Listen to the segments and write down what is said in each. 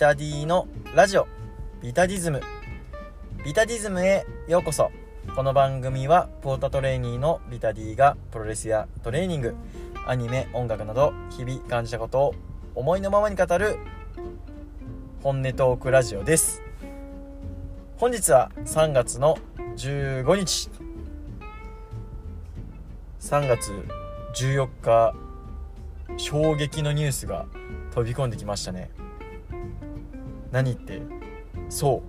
タディのラジオビタディズムへようこそ。この番組はポータトレーニーのビタディがプロレスやトレーニング、アニメ、音楽など日々感じたことを思いのままに語る本音トークラジオです。本日は3月の15日、3月14日、衝撃のニュースが飛び込んできましたね。何って、そう、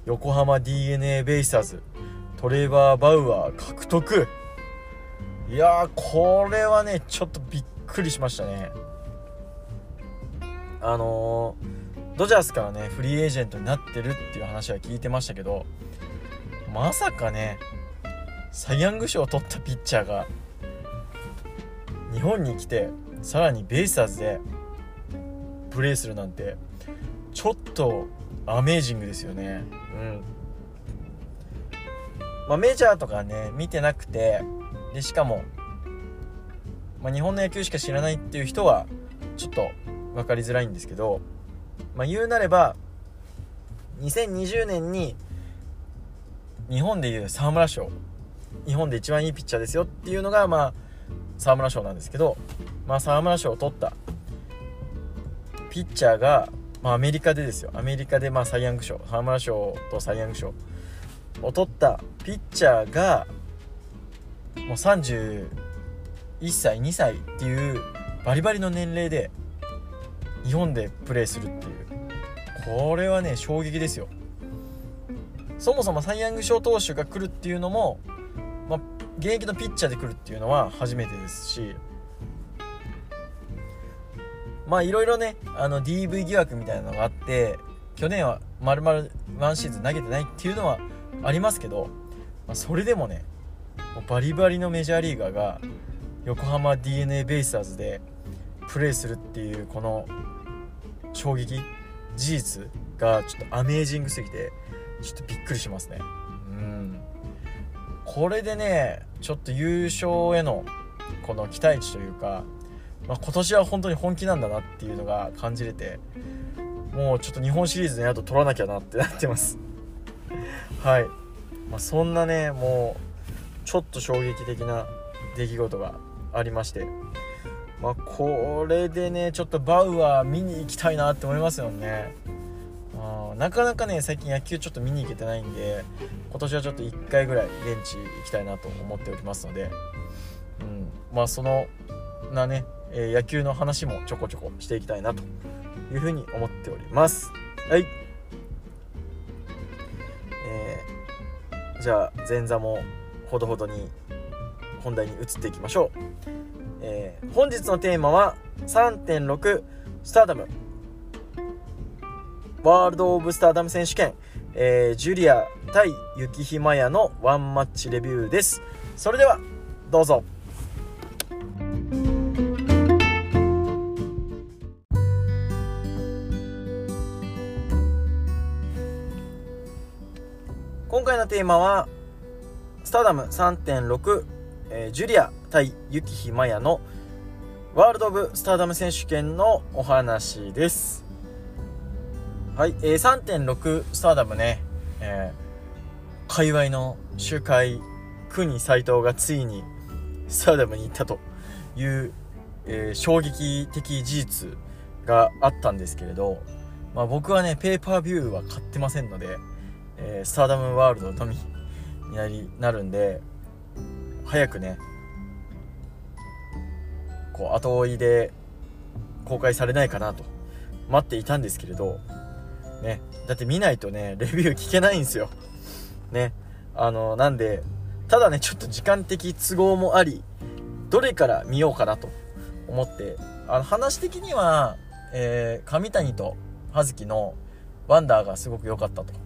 横浜 DNA ベイスターズトレバー・バウアー獲得。いやー、これはねちょっとびっくりしましたね。ドジャースからねフリーエージェントになってるっていう話は聞いてましたけど、まさかねサイ・ヤング賞を取ったピッチャーが日本に来て、さらにベイスターズでプレーするなんてちょっとアメージングですよね。メジャーとかね見てなくて、でしかも、日本の野球しか知らないっていう人はちょっと分かりづらいんですけど、言うなれば2020年に日本でいう沢村賞、日本で一番いいピッチャーですよっていうのが沢村賞なんですけど、沢村賞を取ったピッチャーが、アメリカでですよ、アメリカでサイ・ヤング賞、沢村賞とサイ・ヤング賞を取ったピッチャーがもう31歳2歳っていうバリバリの年齢で日本でプレーするっていう、これはね衝撃ですよ。そもそもサイ・ヤング賞投手が来るっていうのも、現役のピッチャーで来るっていうのは初めてですし、いろいろねDV 疑惑みたいなのがあって、去年は丸々ワンシーズン投げてないっていうのはありますけど、それでもねバリバリのメジャーリーガーが横浜 DNA ベイスターズでプレーするっていう、この衝撃事実がちょっとアメージングすぎてちょっとびっくりしますね。これでねちょっと優勝へのこの期待値というか、今年は本当に本気なんだなっていうのが感じれて、もうちょっと日本シリーズの宿取らなきゃなってなってますはい、そんなねもうちょっと衝撃的な出来事がありまして、これでねちょっとバウアー見に行きたいなって思いますよね。なかなかね最近野球ちょっと見に行けてないんで、今年はちょっと1回ぐらい現地行きたいなと思っておりますので、その野球の話もちょこちょこしていきたいなというふうに思っております。はい、じゃあ前座もほどほどに本題に移っていきましょう。本日のテーマは 3.6 スターダムワールドオブスターダム選手権、ジュリア対雪ひまやのワンマッチレビューです。それではどうぞ。今回のテーマはスターダム 3.6、ジュリア対雪ひまやのワールドオブスターダム選手権のお話です。はい、3.6 スターダムね、界隈の周回国斉藤がついにスターダムに行ったという、衝撃的事実があったんですけれど、僕はねペーパービューは買ってませんので、スターダムワールドのみになるんで、早くねこう後追いで公開されないかなと待っていたんですけれどね、だって見ないとねレビュー聞けないんですよね。なんでただねちょっと時間的都合もあり、どれから見ようかなと思って、話的には、上谷と葉月のワンダーがすごく良かったと。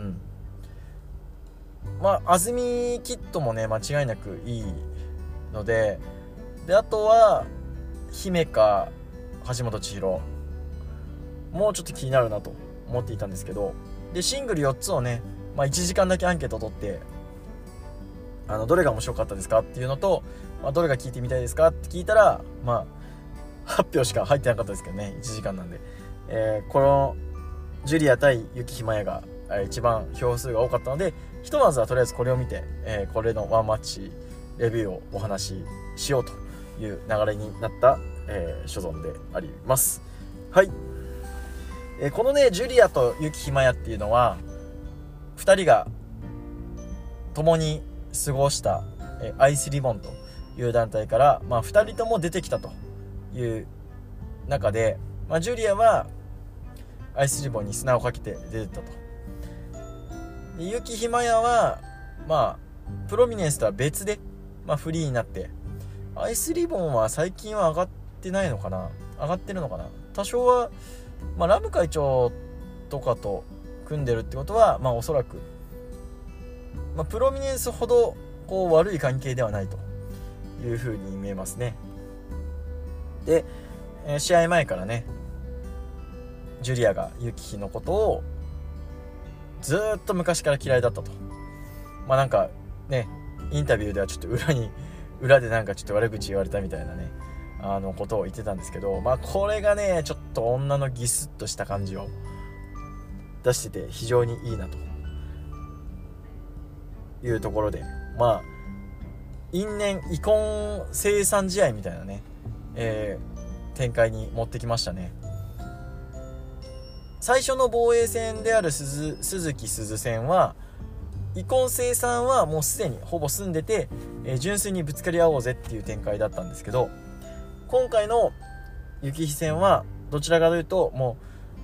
安住キッドもね間違いなくいいので、あとは姫か橋本千尋もうちょっと気になるなと思っていたんですけど、でシングル4つをね、1時間だけアンケートを取って、どれが面白かったですかっていうのと、どれが聞いてみたいですかって聞いたら、発表しか入ってなかったですけどね、1時間なんで、このジュリア対雪ひまやが一番票数が多かったので、ひとまずはとりあえずこれを見て、これのワンマッチレビューをお話ししようという流れになった、所存であります。はい、このねジュリアと雪ひまやっていうのは2人が共に過ごした、アイスリボンという団体から、2人とも出てきたという中で、ジュリアはアイスリボンに砂をかけて出てたと。で雪ひまやはプロミネンスとは別で、フリーになって、アイスリボンは最近は上がってないのかな、上がってるのかな、多少は、ラム会長とかと組んでるってことは、おそらく、プロミネンスほどこう悪い関係ではないというふうに見えますね。で、試合前からねジュリアがユキヒのことをずっと昔から嫌いだったと。なんかねインタビューではちょっと裏でなんかちょっと悪口言われたみたいなねことを言ってたんですけど、これがねちょっと女のギスッとした感じを出してて非常にいいなというところで、因縁遺恨清算試合みたいなね、展開に持ってきましたね。最初の防衛戦である鈴木鈴戦は遺恨清算はもうすでにほぼ済んでて、純粋にぶつかり合おうぜっていう展開だったんですけど、今回の雪日戦はどちらかというとも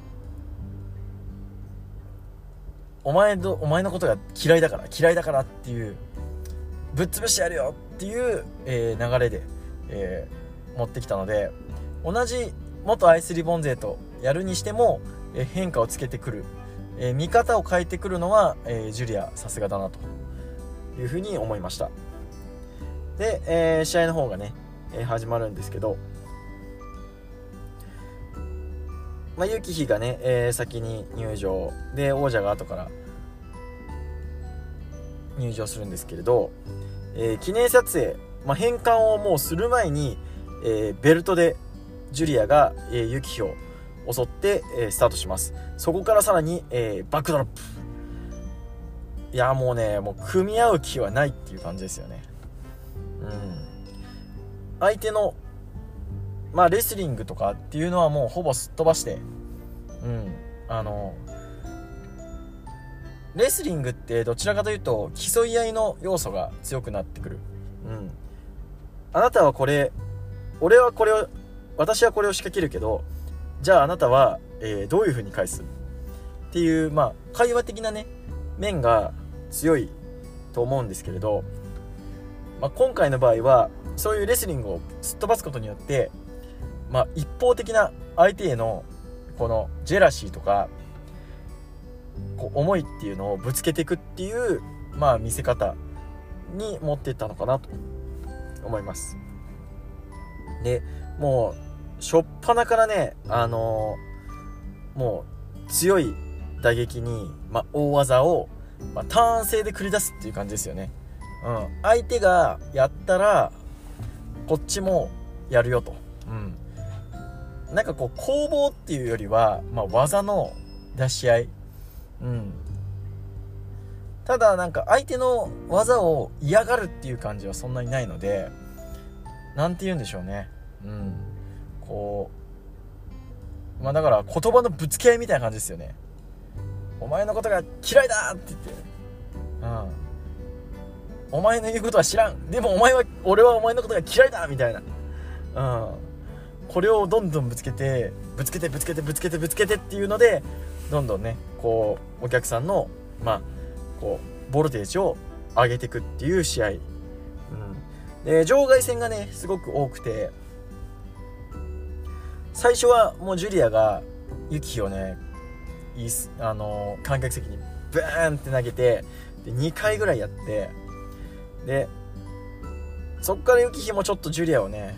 うお前のことが嫌いだからっていう、ぶっ潰してやるよっていう、流れで、持ってきたので、同じ元アイスリボン勢とやるにしても、変化をつけてくる、見方を変えてくるのは、ジュリアさすがだなというふうに思いました。で、試合の方がね、始まるんですけど、ユキヒがね、先に入場で王者が後から入場するんですけれど、記念撮影、返還をもうする前に、ベルトでジュリアが、ユキヒを襲って、スタートします。そこからさらに、バックドロップ。いやもう組み合う気はないっていう感じですよね。相手のレスリングとかっていうのはもうほぼすっ飛ばして、レスリングってどちらかというと競い合いの要素が強くなってくる。あなたはこれ、私はこれを仕掛けるけど、じゃああなたは、どういう風に返すっていう、会話的なね面が強いと思うんですけれど、今回の場合はそういうレスリングをすっ飛ばすことによって、一方的な相手へのこのジェラシーとかこう思いっていうのをぶつけていくっていう、見せ方に持っていったのかなと思います。でもう初っ端からねもう強い打撃に、大技を、ターン制で繰り出すっていう感じですよね。相手がやったらこっちもやるよと。なんかこう攻防っていうよりは、技の出し合い。ただなんか相手の技を嫌がるっていう感じはそんなにないので、なんて言うんでしょうね。こうだから言葉のぶつけ合いみたいな感じですよね。お前のことが嫌いだって言って、お前の言うことは知らん、でも俺はお前のことが嫌いだみたいな、これをどんどんぶつけてっていうので、どんどんねこうお客さんのこうボルテージを上げていくっていう試合、で場外戦がねすごく多くて、最初はもうジュリアがユキヒをね観客席にブーンって投げて、で2回ぐらいやって、でそっからユキヒもちょっとジュリアをね、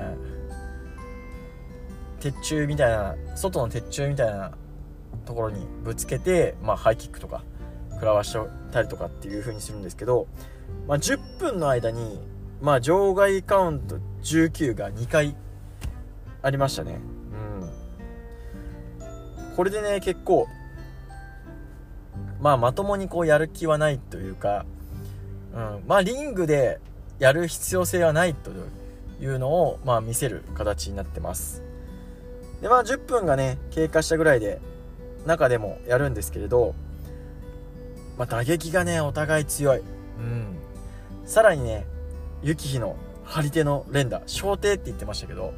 鉄柱みたいな、外の鉄柱みたいなところにぶつけて、ハイキックとか食らわしたりとかっていう風にするんですけど、10分の間に、場外カウント19が2回ありましたね。これでね結構まともにこうやる気はないというか、リングでやる必要性はないというのを見せる形になってます。で10分がね経過したぐらいで中でもやるんですけれど、打撃がねお互い強い。さらにねユキヒの張り手の連打、小手って言ってましたけど、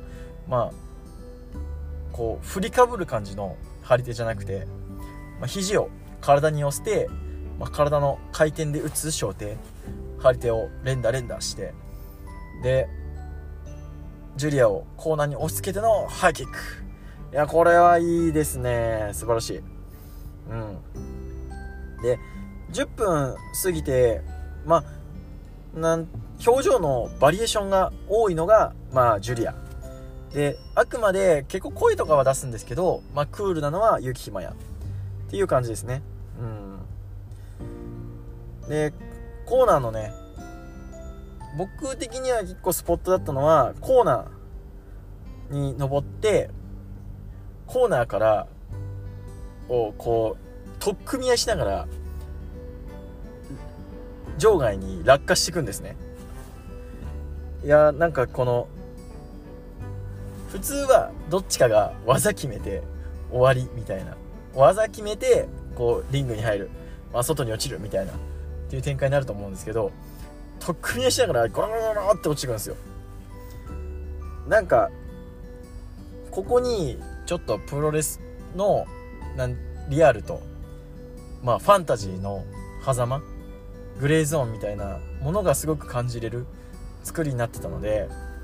こう振りかぶる感じの張り手じゃなくて、肘を体に寄せて、体の回転で打つ小手、張り手を連打して、でジュリアをコーナーに押し付けてのハイキック。いやこれはいいですね、素晴らしい。で10分過ぎて表情のバリエーションが多いのがジュリアで、あくまで結構声とかは出すんですけど、クールなのはユキヒマヤっていう感じですね。でコーナーのね、僕的には結構スポットだったのはコーナーに登ってコーナーからをこう取っ組み合いしながら場外に落下していくんですね。いやこの普通はどっちかが技決めて終わりみたいな、技決めてこうリングに入る、外に落ちるみたいなっていう展開になると思うんですけど、取っ組み合いしながらゴロゴロゴロって落ちてくるんですよ。ここにちょっとプロレスのリアルとファンタジーの狭間、グレーゾーンみたいなものがすごく感じれる作りになってたので、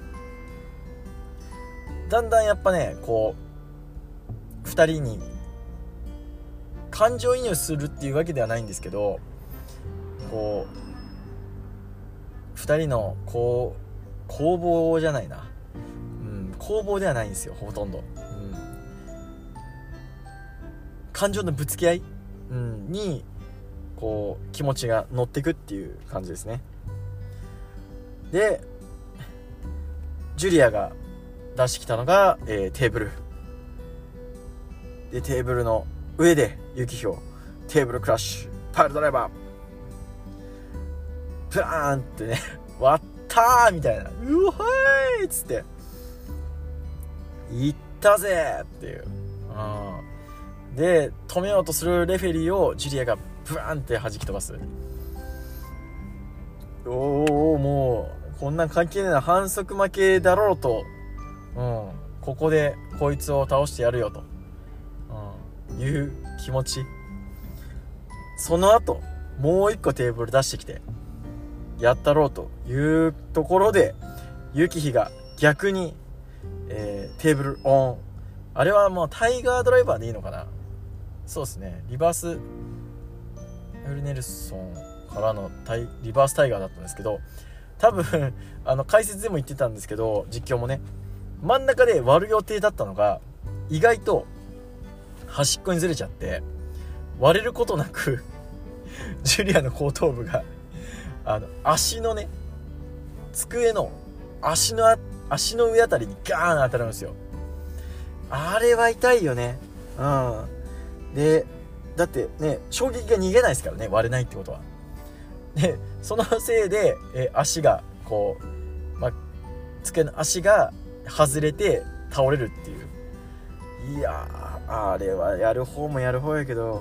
だんだんやっぱねこう2人に感情移入するっていうわけではないんですけど、こう2人の攻防じゃないな、攻防ではないんですよほとんど、感情のぶつけ合い、にこう気持ちが乗ってくっていう感じですね。でジュリアが出してきたのが、テーブルで、テーブルの上でユキヒョテーブルクラッシュパイルドライバープラーンってね割ったーみたいな、うわーいっつっていったぜっていう、で止めようとするレフェリーをジュリアがブワーンって弾き飛ばす。もうこんなん関係ないな、反則負けだろうと、ここでこいつを倒してやるよと、いう気持ち。その後もう一個テーブル出してきてやったろうというところでユキヒが逆に、テーブルオン、あれはもうタイガードライバーでいいのかな、そうですね、リバースフルネルソンからのリバースタイガーだったんですけど、多分解説でも言ってたんですけど、実況もね、真ん中で割る予定だったのが意外と端っこにずれちゃって割れることなくジュリアの後頭部が足のね、机の足の上あたりにガーン当たるんですよ。あれは痛いよね。でだってね、衝撃が逃げないですからね、割れないってことは。でそのせいで、足がこう、机の足が外れて倒れるっていう。いやー、あれはやる方もやる方やけど、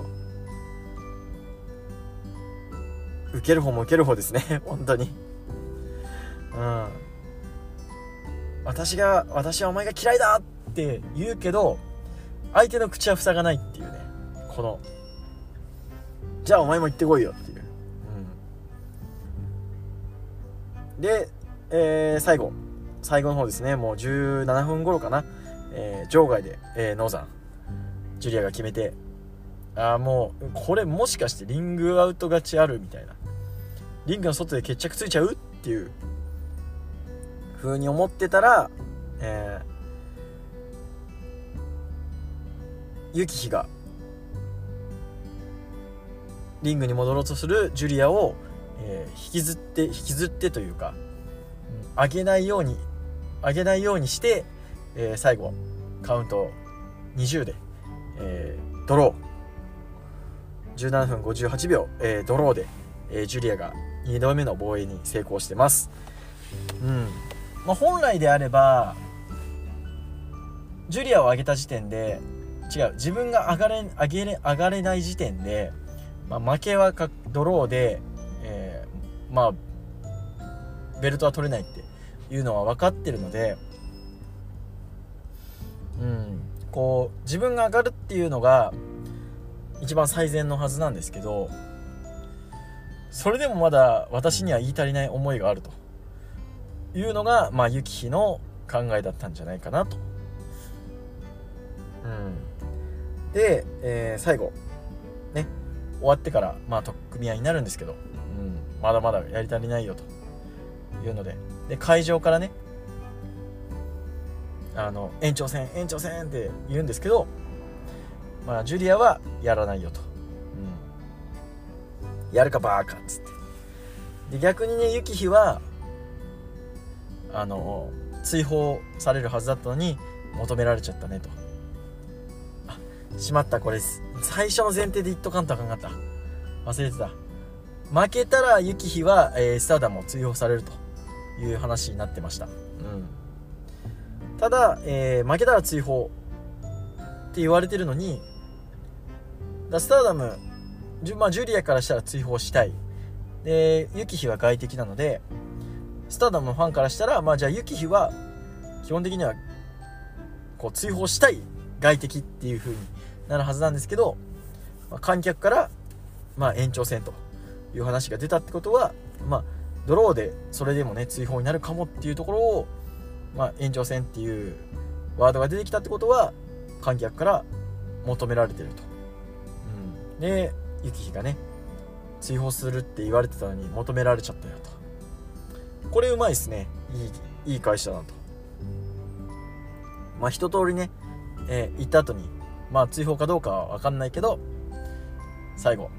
受ける方も受ける方ですね本当に。私はお前が嫌いだって言うけど相手の口は塞がないっていうね、このじゃあお前も行ってこいよっていう、で、最後の方ですね、もう17分頃かな、場外で、ノーザンジュリアが決めて、もうこれもしかしてリングアウト勝ちあるみたいな、リングの外で決着ついちゃうっていう風に思ってたら、ユキヒがリングに戻ろうとするジュリアを、引きずってというか、上げないようにして、最後カウント20で、ドロー 17分58秒、ドローで、ジュリアが2度目の防衛に成功してます。本来であればジュリアを上げた時点で自分が上がれない時点で、負けはドローで、ベルトは取れないっていうのは分かってるので、こう自分が上がるっていうのが一番最善のはずなんですけど、それでもまだ私には言い足りない思いがあるというのが、ユキヒの考えだったんじゃないかなと。で、最後ね終わってから取っ組み合いになるんですけど、まだまだやり足りないよというので、会場からね延長戦って言うんですけど、ジュリアはやらないよと、やるかバーカっつって、で逆にねユキヒは追放されるはずだったのに求められちゃったねと。しまった、これ最初の前提で言っとかんとあかんかった、忘れてた。負けたらユキヒは、スターダムを追放されるという話になってました。ただ、負けたら追放って言われてるのに、スターダムジュリアからしたら追放したいで、ユキヒは外敵なので、スターダムのファンからしたらじゃあユキヒは基本的にはこう追放したい外敵っていう風になるはずなんですけど、観客から延長戦という話が出たってことは、ドローでそれでもね追放になるかもっていうところを、延長戦っていうワードが出てきたってことは観客から求められてると。でユキヒがね追放するって言われてたのに求められちゃったよと。これうまいっすね。いい返しだなと。一通りね、言った後に追放かどうかは分かんないけど、最後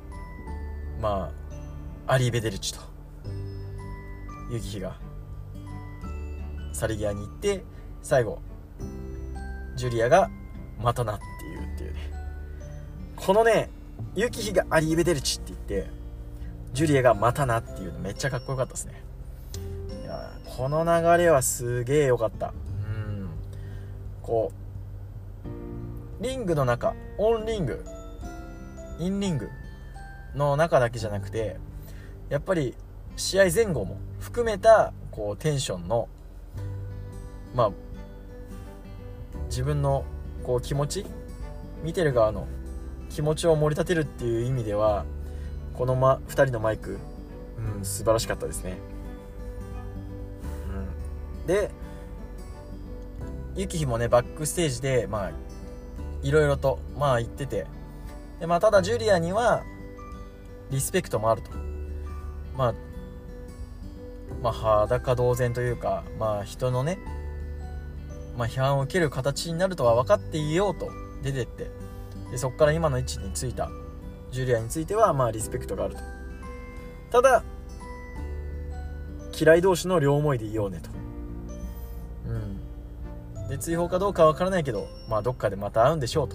アリーベデルチとユキヒが去り際に行って、最後ジュリアがまたなっていうね、このねユキヒがアリーベデルチって言ってジュリアがまたなっていうのめっちゃかっこよかったですね。いやこの流れはすげえよかった。こうリングの中、オンリング、インリングの中だけじゃなくて、やっぱり試合前後も含めたこうテンションの自分のこう気持ち、見てる側の気持ちを盛り立てるっていう意味では、この2人のマイク、素晴らしかったですね。でユキヒもねバックステージでいろいろと言ってて、でただジュリアにはリスペクトもあると、裸同然というか、人のね批判を受ける形になるとは分かっていようと出てって、でそこから今の位置についたジュリアについてはリスペクトがあると。ただ嫌い同士の両思いでいようねと。で追放かどうかは分からないけど、どっかでまた会うんでしょうと。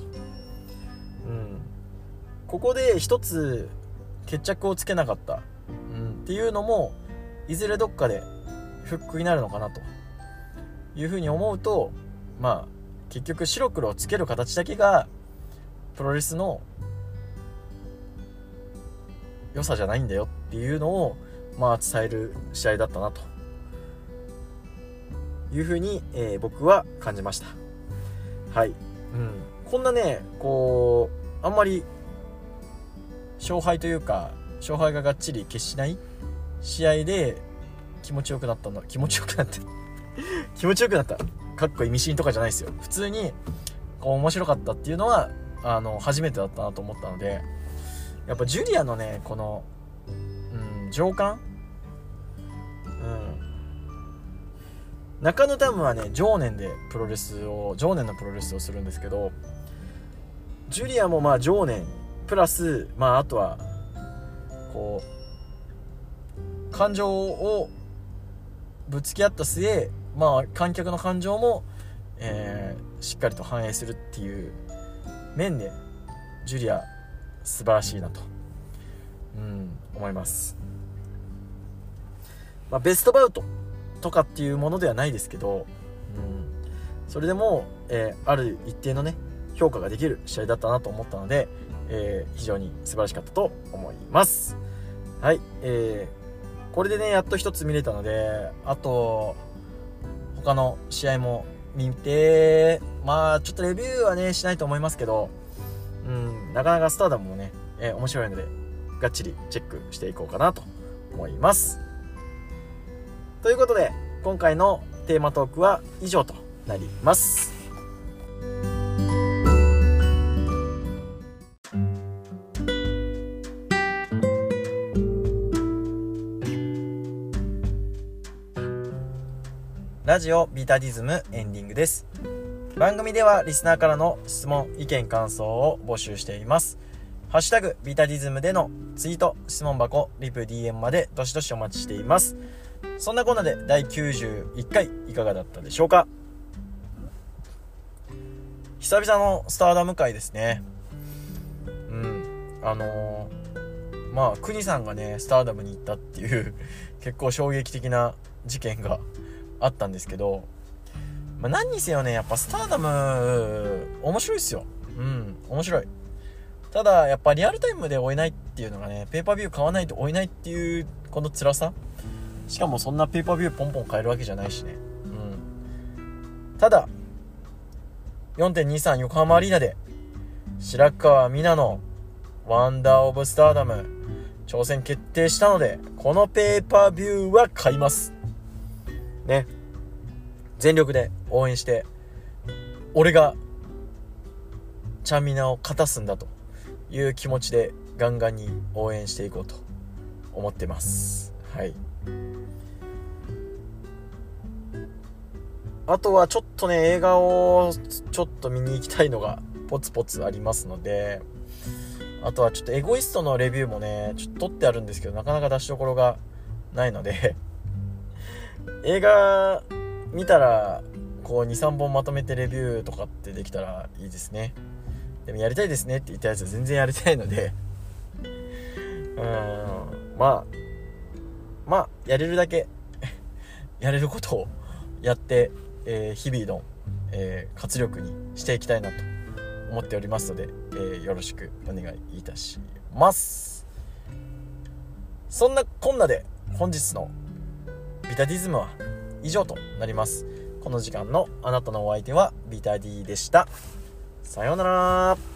ここで一つ決着をつけなかった、っていうのもいずれどっかでフックになるのかなというふうに思うと、結局白黒をつける形だけがプロレスの良さじゃないんだよっていうのを伝える試合だったなというふうに、僕は感じました。はい、こんなねこうあんまり勝敗というか勝敗ががっちり決しない試合で気持ちよくなったかっこ意味深とかじゃないですよ。普通にこう面白かったっていうのは初めてだったなと思ったので、やっぱジュリアのねこの、情感、中野タムはね情念のプロレスをするんですけど、ジュリアも情念プラスあとはこう感情をぶつけ合った末、観客の感情も、しっかりと反映するっていう面でジュリア素晴らしいなと、思います。ベストバウトとかっていうものではないですけど、それでも、ある一定のね評価ができる試合だったなと思ったので、非常に素晴らしかったと思います。はい、これでねやっと一つ見れたので、あと他の試合も見て、ちょっとレビューはねしないと思いますけど、なかなかスターダムもね、面白いのでがっちりチェックしていこうかなと思います。ということで今回のテーマトークは以上となります。ラジオビタディズムエンディングです。番組ではリスナーからの質問、意見、感想を募集しています。ハッシュタグビタディズムでのツイート、質問箱、リプ DM までどしどしお待ちしています。そんなこんなで第91回いかがだったでしょうか。久々のスターダム会ですね。クニさんがねスターダムに行ったっていう結構衝撃的な事件があったんですけど、何にせよねやっぱスターダム面白いっすよ。面白い。ただやっぱリアルタイムで追えないっていうのがね、ペーパービュー買わないと追えないっていうこの辛さ。しかもそんなペーパービューポンポン買えるわけじゃないしね。ただ 4.23 横浜アリーナで白川美奈のワンダーオブスターダム挑戦決定したので、このペーパービューは買いますね。全力で応援して、俺がちゃんみなを勝たすんだという気持ちでガンガンに応援していこうと思ってます。はい。あとはちょっとね映画をちょっと見に行きたいのがポツポツありますので、あとはちょっとエゴイストのレビューもねちょっと撮ってあるんですけど、なかなか出しどころがないので映画見たらこう 2,3 本まとめてレビューとかってできたらいいですね。でもやりたいですねって言ったやつは全然やりたいのでやれるだけやれることをやって日々の、活力にしていきたいなと思っておりますので、よろしくお願いいたします。そんなこんなで本日のビタディズムは以上となります。この時間のあなたのお相手はビタディでした。さようなら。